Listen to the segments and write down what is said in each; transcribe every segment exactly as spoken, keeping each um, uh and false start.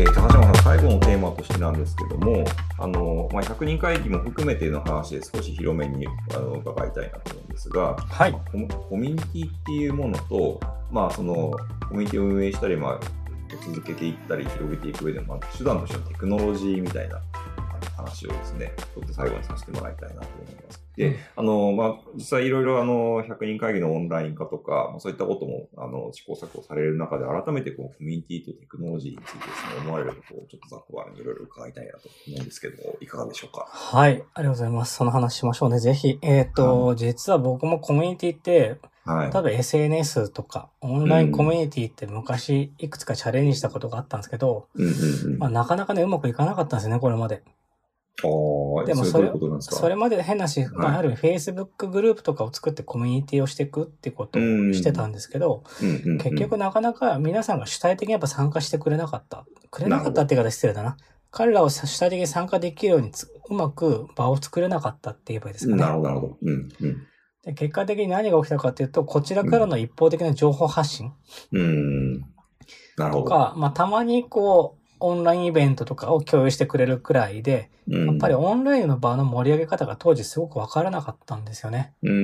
えー、高島さん、最後のテーマとしてなんですけども、あのまあ、ひゃくにん会議も含めての話で少し広めにあの伺いたいなと思うんですが、 はい、 まあ、コミコミュニティっていうものと、まあ、そのコミュニティを運営したり、まあ、続けていったり広げていく上でも、まあ、手段としてのテクノロジーみたいな話をですね、ちょっと最後にさせてもらいたいなと思います。で、あの、まあ、実際いろいろあの、ひゃくにん会議のオンライン化とか、そういったことも、あの、試行錯誤される中で、改めてこう、コミュニティとテクノロジーについてですね、思われることをちょっとざっくばらんにいろいろ伺いたいなと思うんですけども、いかがでしょうか。 はい、ありがとうございます。その話しましょうね、ぜひ。えっと、 はい、 実は僕もコミュニティって、 はい、 多分 エスエヌエス とか、オンラインコミュニティって昔いくつかチャレンジしたことがあったんですけど、 うんうんうん、 まあ、なかなかね、うまくいかなかったんですよね、これまで。 ああ、 でもそれ、 それどういうことなんですか。 それまで変なし、まあ、 はい、 ある意味 Facebook グループとかを作ってコミュニティをしていくってことをしてたんですけど、 うんうんうん、 結局なかなか皆さんが主体的にやっぱ参加してくれなかった。くれなかったなるほど。 って言い方失礼だな。彼らを主体的に参加できるようにつうまく場を作れなかったって言えばいいですかね。 なるほど、なるほど。うんうん、 で結果的に何が起きたかっていうと、こちらからの一方的な情報発信うん、うん、なるほど。 とか、まあたまにこう、オンラインイベントとかを共有してくれるくらいで、 うん、 やっぱりオンラインの場の盛り上げ方が当時すごくわからなかったんですよね。 うん、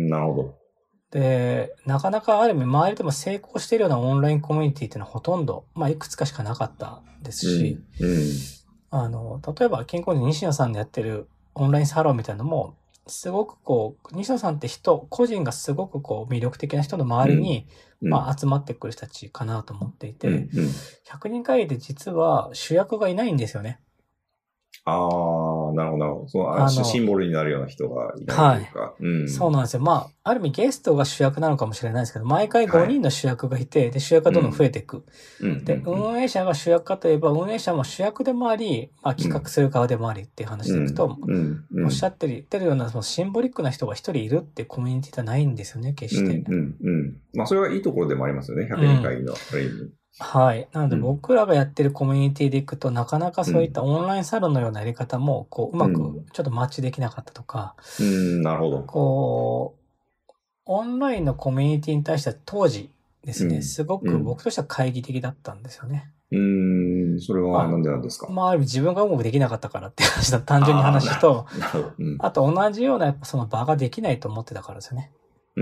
なるほど。 で、なかなかある意味周りでも成功しているようなオンラインコミュニティっていうのはほとんど、まあいくつかしかなかったですし、 うんうん、 あの、例えば健康に西野さんでやってるオンラインサロンみたいなのも、すごくこう、西野さんって人、個人がすごくこう魅力的な人の周りに、 うん、 まあ集まってくる人たちかなと思っていて、 うんうん、 ひゃくにん会議で実は主役がいないんですよね。 ああ、なるほど、なるほど。そのあのシンボルになるような人がいないというか。はい、うん、 そうなんですよ。まあ、ある意味ゲストが主役なのかもしれないですけど、毎回ごにんの主役がいて、はい、で、主役がどんどん増えていく。 うん、 で、運営者が主役かといえば、運営者も主役でもあり、まあ、企画する側でもありっていう話でいくと、うんうん、おっしゃってる、言ってるような、そのシンボリックな人が一人いるってコミュニティではないんですよね、決して。 うんうんうん。まあ、それはいいところでもありますよね、ひゃくにん会議の、ある意味。 はい。なので僕らがやってるコミュニティでいくと、なかなかそういったオンラインサロンのようなやり方も、こう、うまくちょっとマッチできなかったとか、 うん、なるほど。 こう、オンラインのコミュニティに対しては当時ですね、うん、すごく僕としては懐疑的だったんですよね。 うーん、それはなんでなんですか。 まあ、まあ、ある意味自分がうまくできなかったからって話だ、単純に話と、あ, うん、あと同じようなやっぱその場ができないと思ってたからですよね。 うん、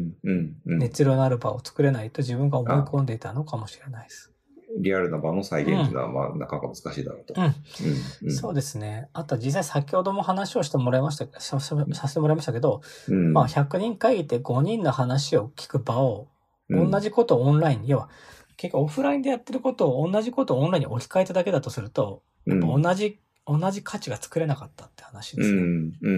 うん、うん。 熱量のある場を作れないと自分が思い込んでいたのかもしれないです。 リアルな場の再現というのは、まあ、なかなか難しいだろうと。 うんうんうん、そうですね。あとは実際先ほども話をしてもらいました、させてもらいましたけど、うん、まあひゃくにん会議ってごにんの話を聞く場を、同じことをオンライン、うん、要は、結構オフラインでやってることを同じことをオンラインに置き換えただけだとすると、やっぱ同じ、うん、同じ価値が作れなかったって話ですね。 うん、うん、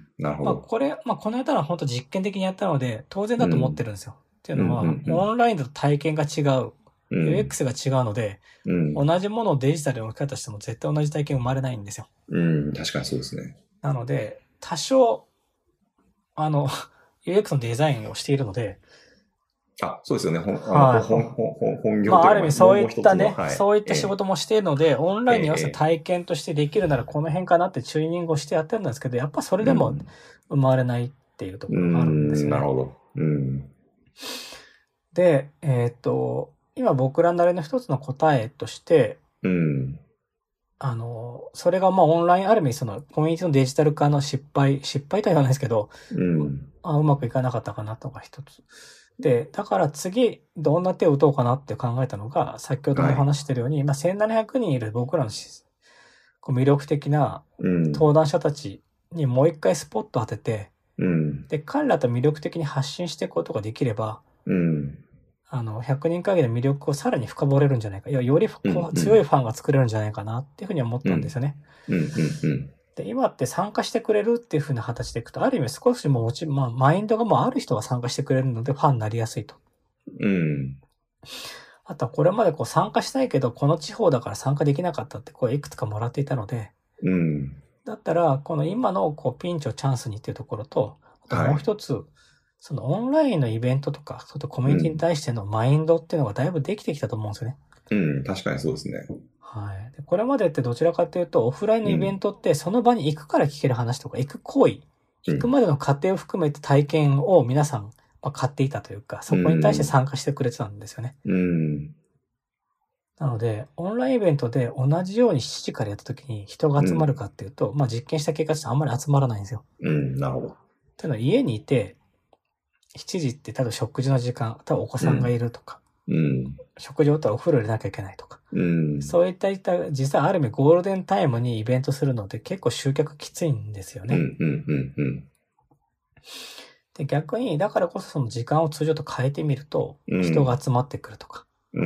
なるほど。 まあこれ、まあこの間は本当実験的にやったので、当然だと思ってるんですよ。うん、っていうのは、うんうんうん、オンラインだと体験が違う。ユーエックス が違うので、うん、同じものをデジタルに置き換えたとしても絶対同じ体験生まれないんですよ。 うん、確かにそうですね。 なので、多少、あの、ユーエックス のデザインをしているので、 あ、そうですよね。本、はい、本、本、本、本業というか、 まあ、ある意味そういったね、 はい、 そういった仕事もしているので、えー、オンラインに合わせた体験としてできるならこの辺かなってチューニングをしてやってるんですけど、やっぱそれでも生まれないっていうところがあるんですよね。 うん、なるほど。うん、 で、えっと、今僕らなりの一つの答えとして、 うん、 あの、それがまあオンラインある意味そのコミュニティのデジタル化の失敗、失敗とは言わないですけど、うん、あうまくいかなかったかなとか一つ。で、だから次どんな手を打とうかなって考えたのが、先ほども話してるように、はい、まあせんななひゃくにんいる僕らのこう魅力的な登壇者たちにもう一回スポット当てて、うん、で、彼らと魅力的に発信していくことができれば、うん、あの、ひゃくにん会議の魅力をさらに深掘れるんじゃないか。いや、よりこう強いファンが作れるんじゃないかなっていうふうに思ったんですよね。うんうんうん、で、今って参加してくれるっていうふうな形でいくと、ある意味少しもち、まあ、マインドがもうある人が参加してくれるのでファンになりやすいと。うん、あとはこれまでこう参加したいけど、この地方だから参加できなかったって声いくつかもらっていたので、うん、だったら、この今のこうピンチをチャンスにっていうところと、あともう一つ、はい、そのオンラインのイベントとか、そのコミュニティに対してのマインドっていうのがだいぶできてきたと思うんですよね。 うん、確かにそうですね。 はい。でこれまでってどちらかというと、オフラインのイベントってその場に行くから聞ける話とか、行く行為、行くまでの過程を含めて体験を皆さん買っていたというか、そこに対して参加してくれてたんですよね。うん。 なので、オンラインイベントで同じようにしちじからやったときに人が集まるかっていうと、うん、まあ実験した結果としてあんまり集まらないんですよ。 うん、なるほど。 っていうのは家にいて、しちじって多分食事の時間、多分お子さんがいるとか、 うん、 食事終わったらお風呂入れなきゃいけないとか、 うん、 そういった、実はある意味ゴールデンタイムにイベントするので結構集客きついんですよね。 うんうんうんうん、 で逆に、だからこそその時間を通常と変えてみると、人が集まってくるとか、 うん、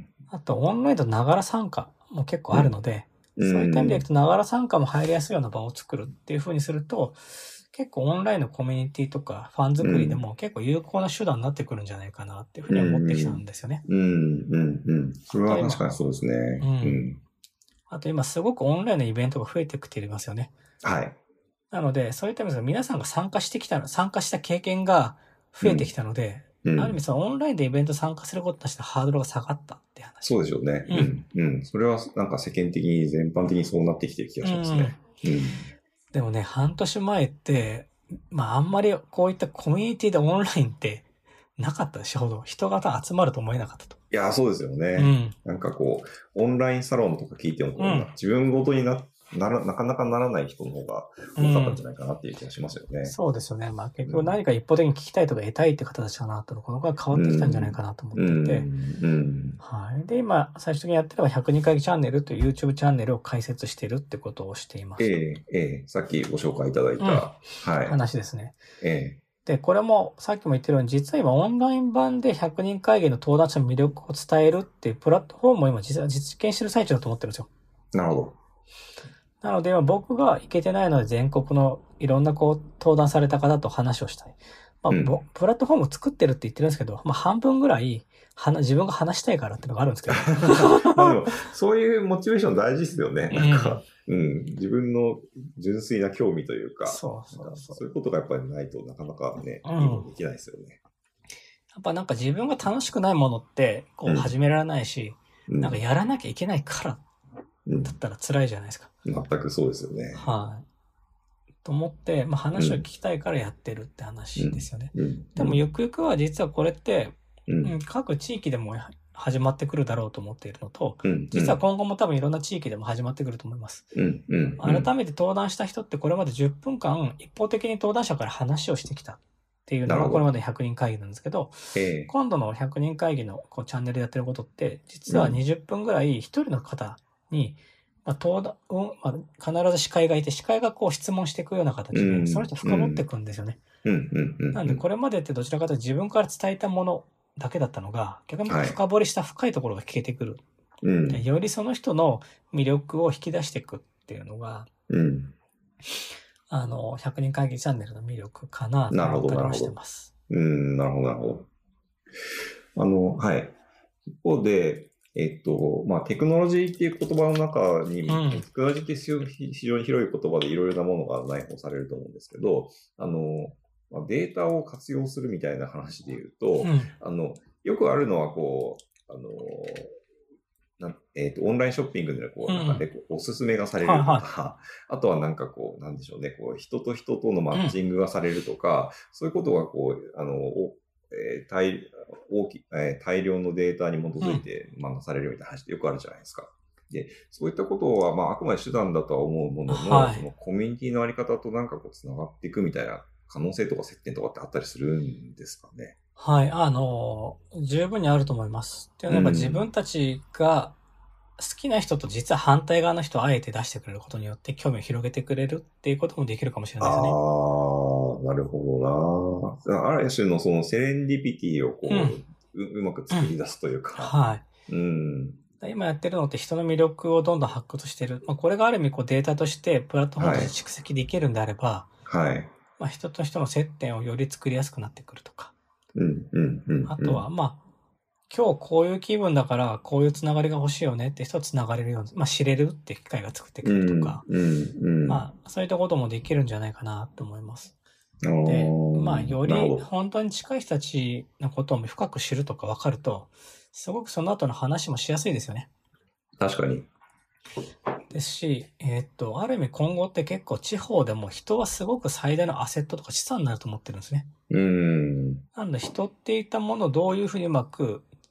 あとオンラインとながら参加も結構あるので、うん、そういった意味でいくとながら参加も入りやすいような場を作るっていう風にすると、結構オンラインのコミュニティとかファン作りでも結構有効な手段になってくるんじゃないかなっていうふうに思ってきたんですよね。 うん、うん、うん。それは確かにそうですね。 うん。うん、あと今すごくオンラインのイベントが増えてきていますよね。 はい。 なので、そういった意味で皆さんが参加してきた、参加した経験が増えてきたので、うん、ある意味そのオンラインでイベント参加することとしてハードルが下がったって話。 そうでしょうね。うん。うん。それはなんか世間的に全般的にそうなってきてる気がしますね。うん。うん、 でもね、半年前って、まああんまりこういったコミュニティでオンラインってなかったでしょほど。人が集まると思えなかったと。 いや、そうですよね。うん、なんかこう、オンラインサロンとか聞いても、うん、自分ごとにななら、なかなかならない人の方が多かったんじゃないかなっていう気がしますよね。 うん、そうですよね。まあ結局何か一方的に聞きたいとか得たいって方たちかなと、このが変わってきたんじゃないかなと思っていて。うんうん、はい。で、今、最終的にやってるのはひゃくにん会議チャンネルという YouTube チャンネルを開設しているってことをしています。 ええええ、さっきご紹介いただいた、うん、はい、 話ですね。 ええ。 で、これもさっきも言ってるように、実は今オンライン版でひゃくにん会議の登壇者の魅力を伝えるっていうプラットフォームを今実は実験してる最中だと思ってるんですよ。 なるほど。 なので今僕が行けてないので全国のいろんなこう登壇された方と話をしたい。まあ、うん、プラットフォームを作ってるって言ってるんですけど、まあ半分ぐらいはな自分が話したいからっていうのがあるんですけど。 まあでもそういうモチベーション大事ですよね。なんか、うん、うん、自分の純粋な興味というか、 そうそうそう。 そういうことがやっぱりないとなかなかね、うん、いいのできないですよね。 やっぱなんか自分が楽しくないものってこう始められないし、うん、なんかやらなきゃいけないからだったら辛いじゃないですか。 うん、全くそうですよね。 はい。と思って、まあ、話を聞きたいからやってるって話ですよね。うんうん、でもゆくゆくは実はこれって、うん、各地域でも始まってくるだろうと思っているのと、うん、実は今後も多分いろんな地域でも始まってくると思います。うんうん、改めて登壇した人ってこれまでじゅっぷんかん一方的に登壇者から話をしてきたっていうのがこれまでひゃくにん会議なんですけど、えー、今度のひゃくにん会議のこうチャンネルでやってることって実はにじゅっぷんぐらい一人の方に、まあ登壇うんまあ、必ず司会がいて司会がこう質問していくような形で、うん、その人深掘っていくんですよね。なんでこれまでってどちらかというと自分から伝えたものだけだったのが逆に深掘りした深いところが聞けてくる、はい、よりその人の魅力を引き出していくっていうのが、うん、あのひゃくにん会議チャンネルの魅力かなと思ったりはしてます。 うん、なるほどなるほど。あのはい一方でえっとまあテクノロジーっていう言葉の中に、うん、テクノロジーって非常に広い言葉でいろいろなものが内包されると思うんですけど、あのデータを活用するみたいな話で言うと、うん、あのよくあるのはこうあのなえっとオンラインショッピングでこう、うん、なんかでおすすめがされるとか、はいはい、あとはなんかこうなんでしょうね、こう人と人とのマッチングがされるとか、うん、そういうことがこうあのえー、大, 大きえー、大量のデータに基づいて、うん、まあ、されるみたいな話ってよくあるじゃないですか。で、そういったことは、まあ、あくまで手段だとは思うものの、はい、そのコミュニティのあり方となんかこう、つながっていくみたいな可能性とか接点とかってあったりするんですかね。 はい、あの、十分にあると思います。っていうのは、やっぱ自分たちが好きな人と実は反対側の人をあえて出してくれることによって興味を広げてくれるっていうこともできるかもしれないですね。 ああ、なるほどな。ある種のそのセレンディピティをこう、うん、う, うまく作り出すというか。 うん、はい。 うん。 今やってるのって人の魅力をどんどん発掘してる。まあ、これがある意味こうデータとしてプラットフォームとして蓄積できるんであれば、 はい。 まあ、人と人の接点をより作りやすくなってくるとか。 うんうんうん、うん。 あとは、まあ、今日こういう気分だからこういうつながりが欲しいよねって人とつながれるように、まあ、知れるって機会が作ってくるとか、うんうんうん、まあ、そういったこともできるんじゃないかなと思います。で、まあ、より本当に近い人たちのことを深く知るとか分かると、すごくその後の話もしやすいですよね。 確かに。 ですし、えー、っと、ある意味今後って結構地方でも人はすごく最大のアセットとか資産になると思ってるんですね。 うん。 なので人っていったものをどういうふうにうまく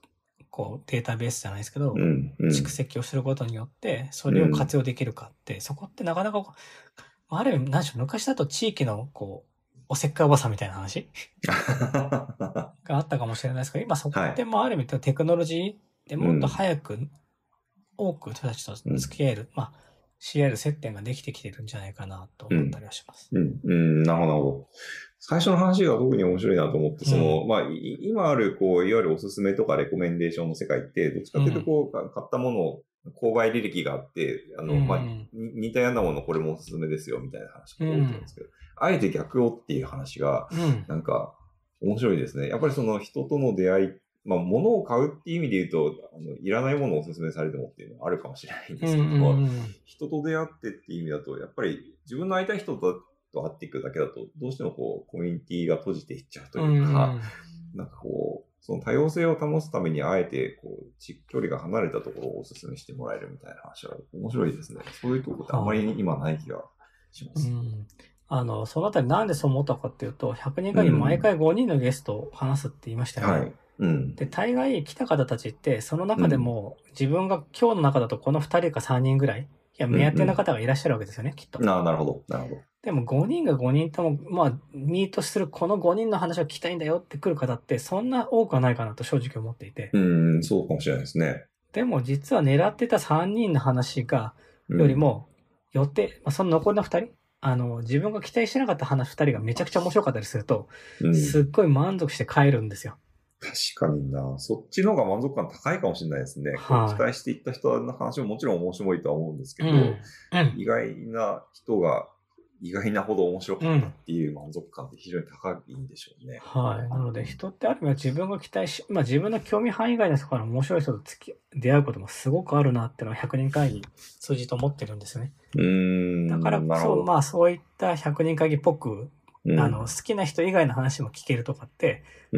こうデータベースじゃないですけど、 うんうん、 蓄積をすることによって、それを活用できるかって、うん、そこってなかなか、ある意味、何でしょう、昔だと地域の、こう、おせっかいおばさんみたいな話があったかもしれないですけど、今そこってもある意味テクノロジーでもっと早く、多く人たちと付き合える、うん、まあ、シーアール 接点ができてきてるんじゃないかなと思ったりはします。 うん、うん、うん、なるほど、なるほど。最初の話が特に面白いなと思って、その、うん、まあ、今ある、こう、いわゆるおすすめとかレコメンデーションの世界って、どっちかというと、こう、うん、買ったものを、購買履歴があって、あの、うん、まあ、似たようなもの、これもおすすめですよ、みたいな話が多いと思うんですけど、うん、あえて逆をっていう話が、なんか、面白いですね。やっぱりその人との出会い、まあ、物を買うっていう意味で言うと、あのいらないものをおすすめされてもっていうのはあるかもしれないんですけど、うんうんうん、人と出会ってっていう意味だと、やっぱり自分の会いたい人とと会っていくだけだと、どうしてもこう、コミュニティが閉じていっちゃうというか、うんうん、なんかこう、その多様性を保つためにあえて、こう、距離が離れたところをおすすめしてもらえるみたいな話は面白いですね。そういうところってあんまり今ない気がします。 うん、あの、そのあたりなんでそう思ったかっていうと、ひゃくにん会議毎回ごにんのゲストを話すって言いましたよね。うん、はいうん、で、大概来た方たちって、その中でも、自分が今日の中だとこのふたりかさんにんぐらい、いや、目当てな方がいらっしゃるわけですよね、うんうん、きっと。 ああ、なるほど、なるほど。 でもごにんがごにんとも、まあ、ミートするこのごにんの話を聞きたいんだよって来る方って、そんな多くはないかなと正直思っていて。 うん、そうかもしれないですね。 でも実は狙ってたさんにんの話が、よりも、予定、うんまあ、その残りのふたり、あの、自分が期待してなかった話ふたりがめちゃくちゃ面白かったりすると、うん、すっごい満足して帰るんですよ。 確かにな。そっちの方が満足感高いかもしれないですね。はい、期待していった人の話ももちろん面白いとは思うんですけど、うんうん、意外な人が意外なほど面白かったっていう満足感って非常に高いんでしょうね。 うん、はい。なので人ってある意味は自分が期待し、まあ自分の興味範囲外の人から面白い人と付き出会うこともすごくあるなっていうのはひゃくにん会議通じと思ってるんですよね。 うーんだからこそ、まあそういったひゃくにん会議っぽく、うん、あの、好きな人以外の話も聞けるとかって、うん、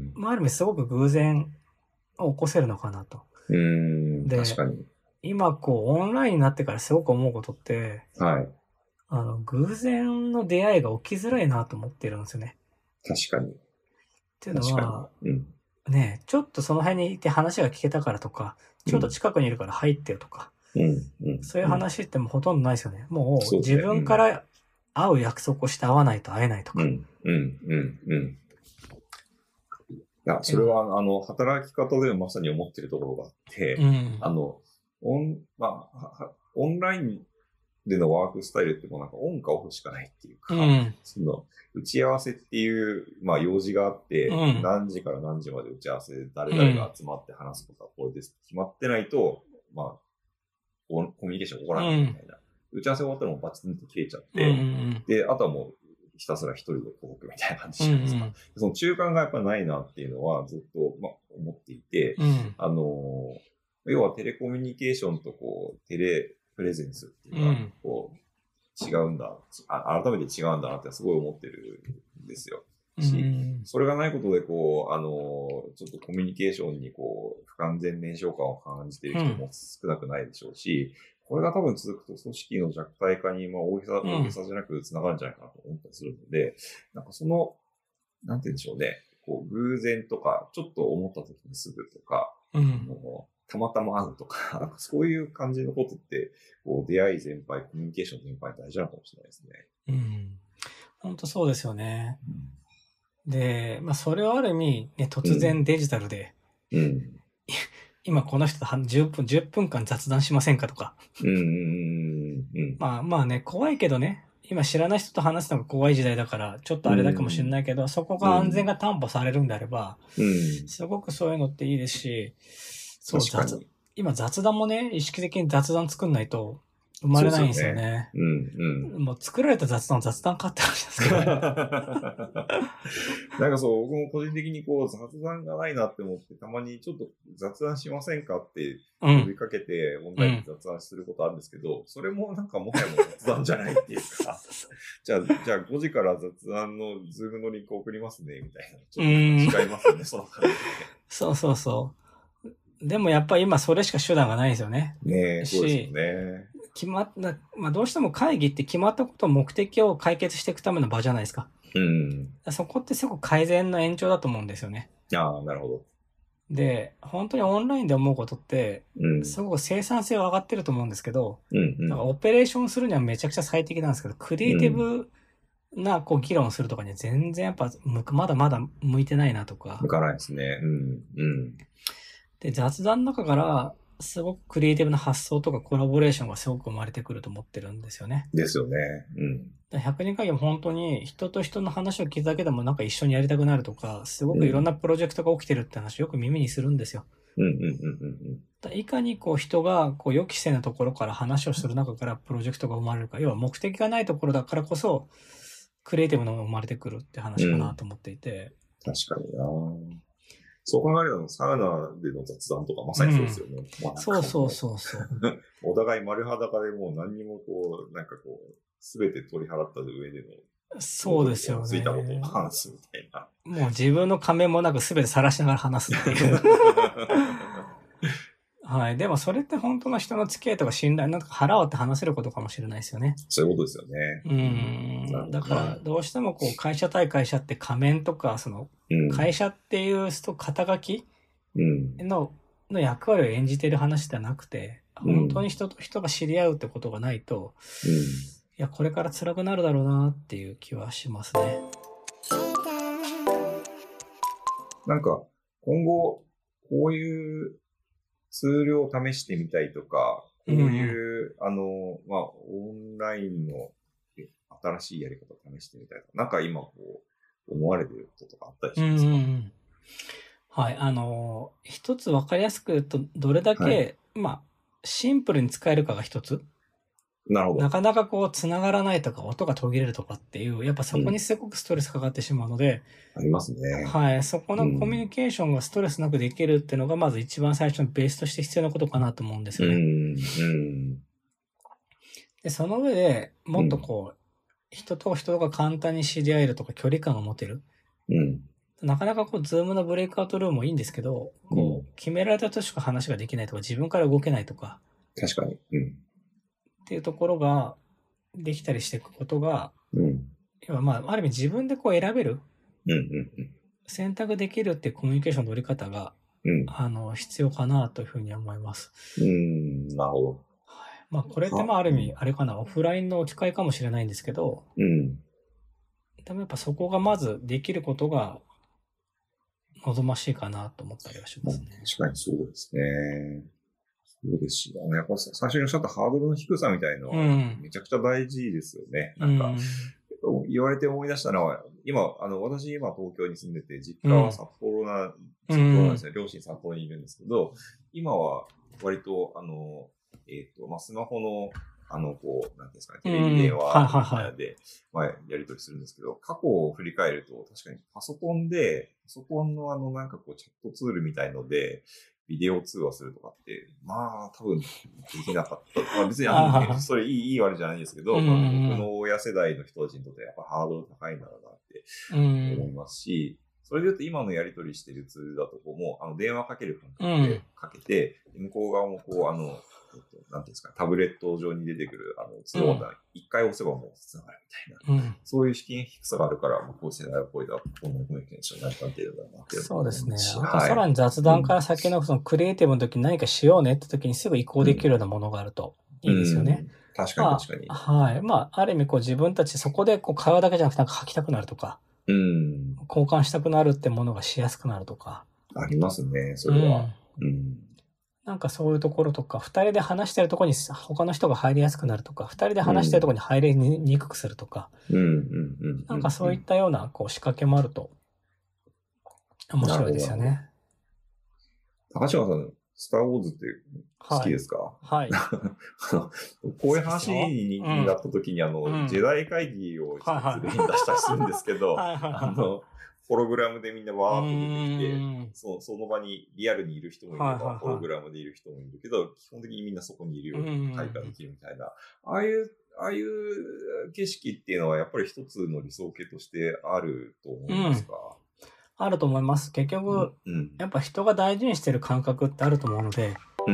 まあある意味すごく偶然を起こせるのかなと。 うーんで、確かに。 今こうオンラインになってからすごく思うことって、はい。あの、偶然の出会いが起きづらいなと思ってるんですよね。 確かに。 っていうのは、うん、ね、ちょっとその辺にいて話が聞けたからとか、ちょっと近くにいるから入ってよとか、うんうん、そういう話ってもうほとんどないですよね。もう自分から会う約束をして会わないと会えないとか。うんうんうんうんいや、それは、あの、働き方でもまさに思ってるところがあって、うん、あの、オン、まあ、オンラインでのワークスタイルってもうなんかオンかオフしかないっていうか、うん、その、打ち合わせっていう、まあ、用事があって、うん、何時から何時まで打ち合わせ、誰々が集まって話すことはこれです。決まってないと、まあ、コミュニケーション起こらないみたいな。うん、打ち合わせ終わったらもうバチンと切れちゃって、うんうん、で、あとはもう、ひたすら一人で報告みたいな感じじゃないですか。うんうん、その中間がやっぱないなっていうのはずっと、まあ、思っていて、うん、あの、要はテレコミュニケーションとこう、テレプレゼンスっていうのは、こう、違うんだ、あ、改めて違うんだなってすごい思ってるんですよ。し、うん、それがないことで、こう、あの、ちょっとコミュニケーションにこう、不完全燃焼感を感じている人も少なくないでしょうし、うんこれが多分続くと組織の弱体化に、まあ大げさ、大げさじゃなく繋がるんじゃないかなと思ったりするので、なんかその、なんて言うんでしょうね、こう偶然とか、ちょっと思った時にすぐとか、うん、たまたま会うとか、なんかそういう感じのことって、こう出会い全般、コミュニケーション全般大事なのかもしれないですね。 うん。本当そうですよね。うん、で、まあそれはある意味、ね、突然デジタルで、うん、うん今この人とじゅっぷん、じゅっぷんかん雑談しませんかとか。うんうんうん、まあまあね、怖いけどね、今知らない人と話すのが怖い時代だから、ちょっとあれだかもしれないけど、うん、そこが安全が担保されるんであれば、うん、すごくそういうのっていいですし、そう雑今雑談もね、意識的に雑談作んないと生まれないんですよね。うよねうんうん、もう作られた雑談を雑談かって話ですけど、ね。 なんかそう、僕も個人的にこう雑談がないなって思って、たまにちょっと雑談しませんかって呼びかけて、オンラインで雑談することあるんですけど、うん、それもなんかもはやもう雑談じゃないっていうか、じゃあ、じゃあごじから雑談のズームのリンク送りますね、みたいな。ちょっと違いますよね、その感じで。 そうそうそう。でもやっぱり今それしか手段がないですよね。 ねえ、そうですよね。 決まった、まあどうしても会議って決まったこと目的を解決していくための場じゃないですか。うん。そこってすごく改善の延長だと思うんですよね。 ああ、なるほど。 で、本当にオンラインで思うことって、 うん。 すごく生産性は上がってると思うんですけど、 うんうん。 なんかオペレーションするにはめちゃくちゃ最適なんですけど、クリエイティブなこう議論するとかには全然やっぱむまだまだ向いてないなとか。 向かないですね。うん。うん。 で、雑談の中からすごくクリエイティブな発想とかコラボレーションがすごく生まれてくると思ってるんですよね。 ですよね。うん。 ひゃくにん会議も本当に人と人の話を聞いただけでもなんか一緒にやりたくなるとか、すごくいろんなプロジェクトが起きてるって話よく耳にするんですよ。 うんうんうんうんうん。いかにこう人がこう予期せぬところから話をする中からプロジェクトが生まれるか、要は目的がないところだからこそ、クリエイティブなのが生まれてくるって話かなと思っていて。 うん、確かになそう考えると、サウナでの雑談とかまさにそうですよね。 うんまあ、そうそうそうそう。 お互い丸裸でもう何にもこう、なんかこう、すべて取り払った上での。 そうですよね。 ついたことを話すみたいな。 もう自分の仮面もなく全て晒しながら話すっていう。はい。でもそれって本当の人の付き合いとか信頼なんとか腹割って話せることかもしれないですよね。 そういうことですよね。 うん。だからどうしてもこう会社対会社って仮面とかその会社っていう肩書きの、の役割を演じている話ではなくて、本当に人と人が知り合うってことがないと、うん、いや、これから辛くなるだろうなっていう気はしますね。 なんか今後こういうツールを試してみたいとか、こういう、うん、あの、まあ、オンラインの新しいやり方を試してみたいとか、なんか今こう、思われてることとかあったりしますか？うん、 はい、あの、一つわかりやすく言うと、どれだけ、はい、まあ、シンプルに使えるかが一つ。 なるほど。 なかなかこう、繋がらないとか、音が途切れるとかっていう、やっぱそこにすごくストレスかかってしまうので、 うん、ありますね。 はい。そこのコミュニケーションがストレスなくできるっていうのが、まず一番最初のベースとして必要なことかなと思うんですよね。うんうん、で、その上でもっとこう、うん、人と人が簡単に知り合えるとか、距離感を持てる。うん、なかなかこう、ズームのブレイクアウトルームもいいんですけど、こう、決められたとしか話ができないとか、自分から動けないとか。 確かに。うん。 っていうところができたりしていくことが、うん、要はまあ、ある意味自分でこう選べる、うんうんうん、選択できるっていうコミュニケーションの取り方が、うん、あの必要かなというふうに思います。 うん、なるほど。 はい、まあこれってまあある意味あれかな、オフラインの置き換えかもしれないんですけど、うん、でもやっぱそこがまずできることが望ましいかなと思ったりはしますね。 確かにそうですね。そうですし、やっぱ最初におっしゃったハードルの低さみたいのはめちゃくちゃ大事ですよね。うん、なんか、言われて思い出したのは、今、あの、私今東京に住んでて、実家は札幌な、うん、札幌なんですね。両親札幌にいるんですけど、今は割と、あの、えっと、まあ、スマホの、あの、こう、なんていうんですかね、テレビ電話で、まあ、やり取りするんですけど、過去を振り返ると、確かにパソコンで、パソコンのあの、なんかこう、チャットツールみたいので、ビデオ通話するとかって、まあ、多分できなかった。まあ、別にあの、それいい、いい悪いじゃないんですけど、まあ、僕の親世代の人たちにとってやっぱハードル高いんだろうなって思いますし、それで言うと今のやり取りしてるツールだとこうもう、あの、電話かける感覚でかけて、向こう側もこう、あの、えっと、なんていうんですか、タブレット上に出てくる、あの、通話ボタン、一回押せばもう繋がるみたいな、うん、そういう資金低さがあるから、こう世代を超えた、このコミュニケーションになったっていうんだなって。 そうですね。あとさらに雑談から先のそのクリエイティブの時に何かしようねって時にすぐ移行できるようなものがあるといいですよね。 うんうん、確かに確かに。 まあ、はい。まあ、ある意味こう自分たちそこでこう会話だけじゃなくてなんか書きたくなるとか、うん、交換したくなるってものがしやすくなるとか。 ありますね、それは。うんうんなんかそういうところとか、二人で話してるところに他の人が入りやすくなるとか、二人で話してるところに入りにくくするとか、なんかそういったようなこう仕掛けもあると面白いですよね。 高島さん、スター・ウォーズって好きですか？ はい。はい、 こういう話になった時に、あの、うん、ジェダイ会議を一つ例に出したりするんですけど、あの、ホログラムでみんなわーっと出てきて、そ, その場にリアルにいる人もいれば、はいはいはい、ホログラムでいる人もいるけど、基本的にみんなそこにいるように体感できるみたいな、ああいう、ああいう景色っていうのはやっぱり一つの理想形としてあると思いますか？ うん、あると思います。結局、うんうん、やっぱ人が大事にしてる感覚ってあると思うので、 うん、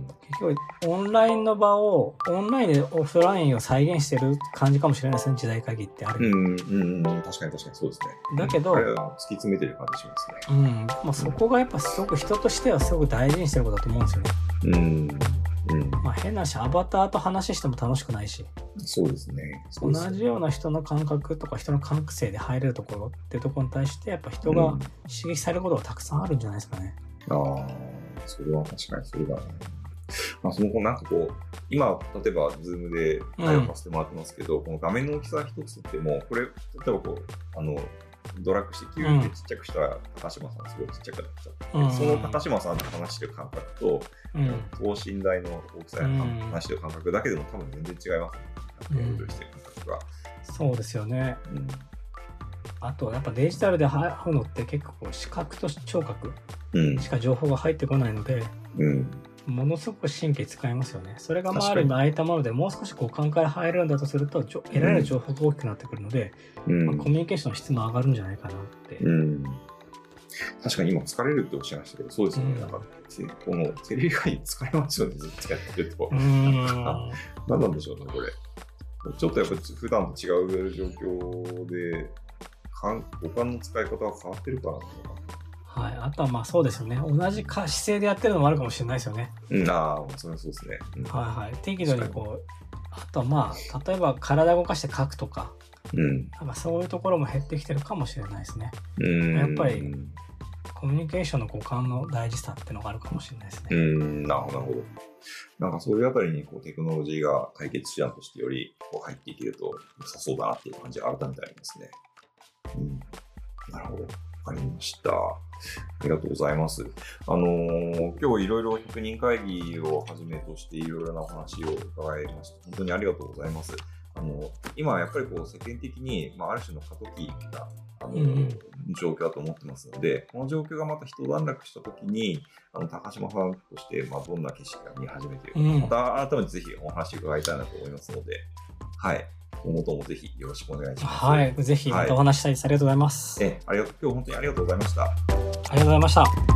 結局オンラインの場をオンラインでオフラインを再現してる感じかもしれないですね、時代会議ってある。 うんうんうん、確かに確かにそうですね。 だけど、 うん、あれは突き詰めてる感じしますね。 うん、まあ、そこがやっぱすごく人としてはすごく大事にしてることだと思うんですよね。 うんうん、 まあ変なしアバターと話しても楽しくないし、 そうですね。 同じような人の感覚とか人の感性で入れるところってところに対してやっぱ人が刺激されることがたくさんあるんじゃないですかね。 うん、ああ、それは確かにそれだね。まあ、その後なんかこう今例えば Zoom で会話させてもらってますけど、うん、この画面の大きさ一つとってもこれ例えばこうあのドラッグして急にちっちゃくしたら、うん、高島さんすごいちっちゃくなっちゃって、うん、その高島さんと話してる感覚と、うん、等身大の大きさで話してる感覚だけでも多分全然違いますね。うん、してる感覚が。 そうですよね。うん、あとやっぱデジタルで会うのって結構視覚と聴覚しか情報が入ってこないので、うん、ものすごく神経使いますよね。それがまあある意味空いたものでもう少し五感から入れるんだとすると得られる情報が大きくなってくるので、うんまあ、コミュニケーションの質も上がるんじゃないかなって、うん、 確かに今疲れるっておっしゃいましたけどそうですよね、うん、なんかこのテレビ会議疲れますよねずっとやってるとうん何なんでしょうねこれちょっとやっぱ普段と違う状況で五感の使い方は変わってるからなのかな。 はい、あとはまあそうですよね。同じか姿勢でやってるのもあるかもしれないですよね。 うん、ああ、それはそうですね。 うん、はいはい。適度にこう、あとはまあ例えば体動かして書くとか、うん、なんかそういうところも減ってきてるかもしれないですね。うんやっぱりコミュニケーションの五感の大事さっていうのがあるかもしれないですね。 うん、なるほどなるほど。なんかそういうあたりにこうテクノロジーが解決手段としてよりこう入っていけると良さそうだなっていう感じが改めてありますね。うん、なるほど。わかりました。ありがとうございます。あのー、今日いろいろひゃくにん会議をはじめとしていろいろなお話を伺いました。本当にありがとうございます。あの今やっぱりこう世間的に、まあ、ある種の過渡期なあの、うん、状況だと思ってますので、この状況がまた一段落したときに、あの高島さんとして、まあ、どんな景色が見始めているか、うん、また改めてぜひお話伺いたいなと思いますので、はい。今後ともぜひよろしくお願いします。 はい、ぜひまたお話したいです。はい、ありがとうございます。 え、ありがとう。今日本当にありがとうございました。 ありがとうございました。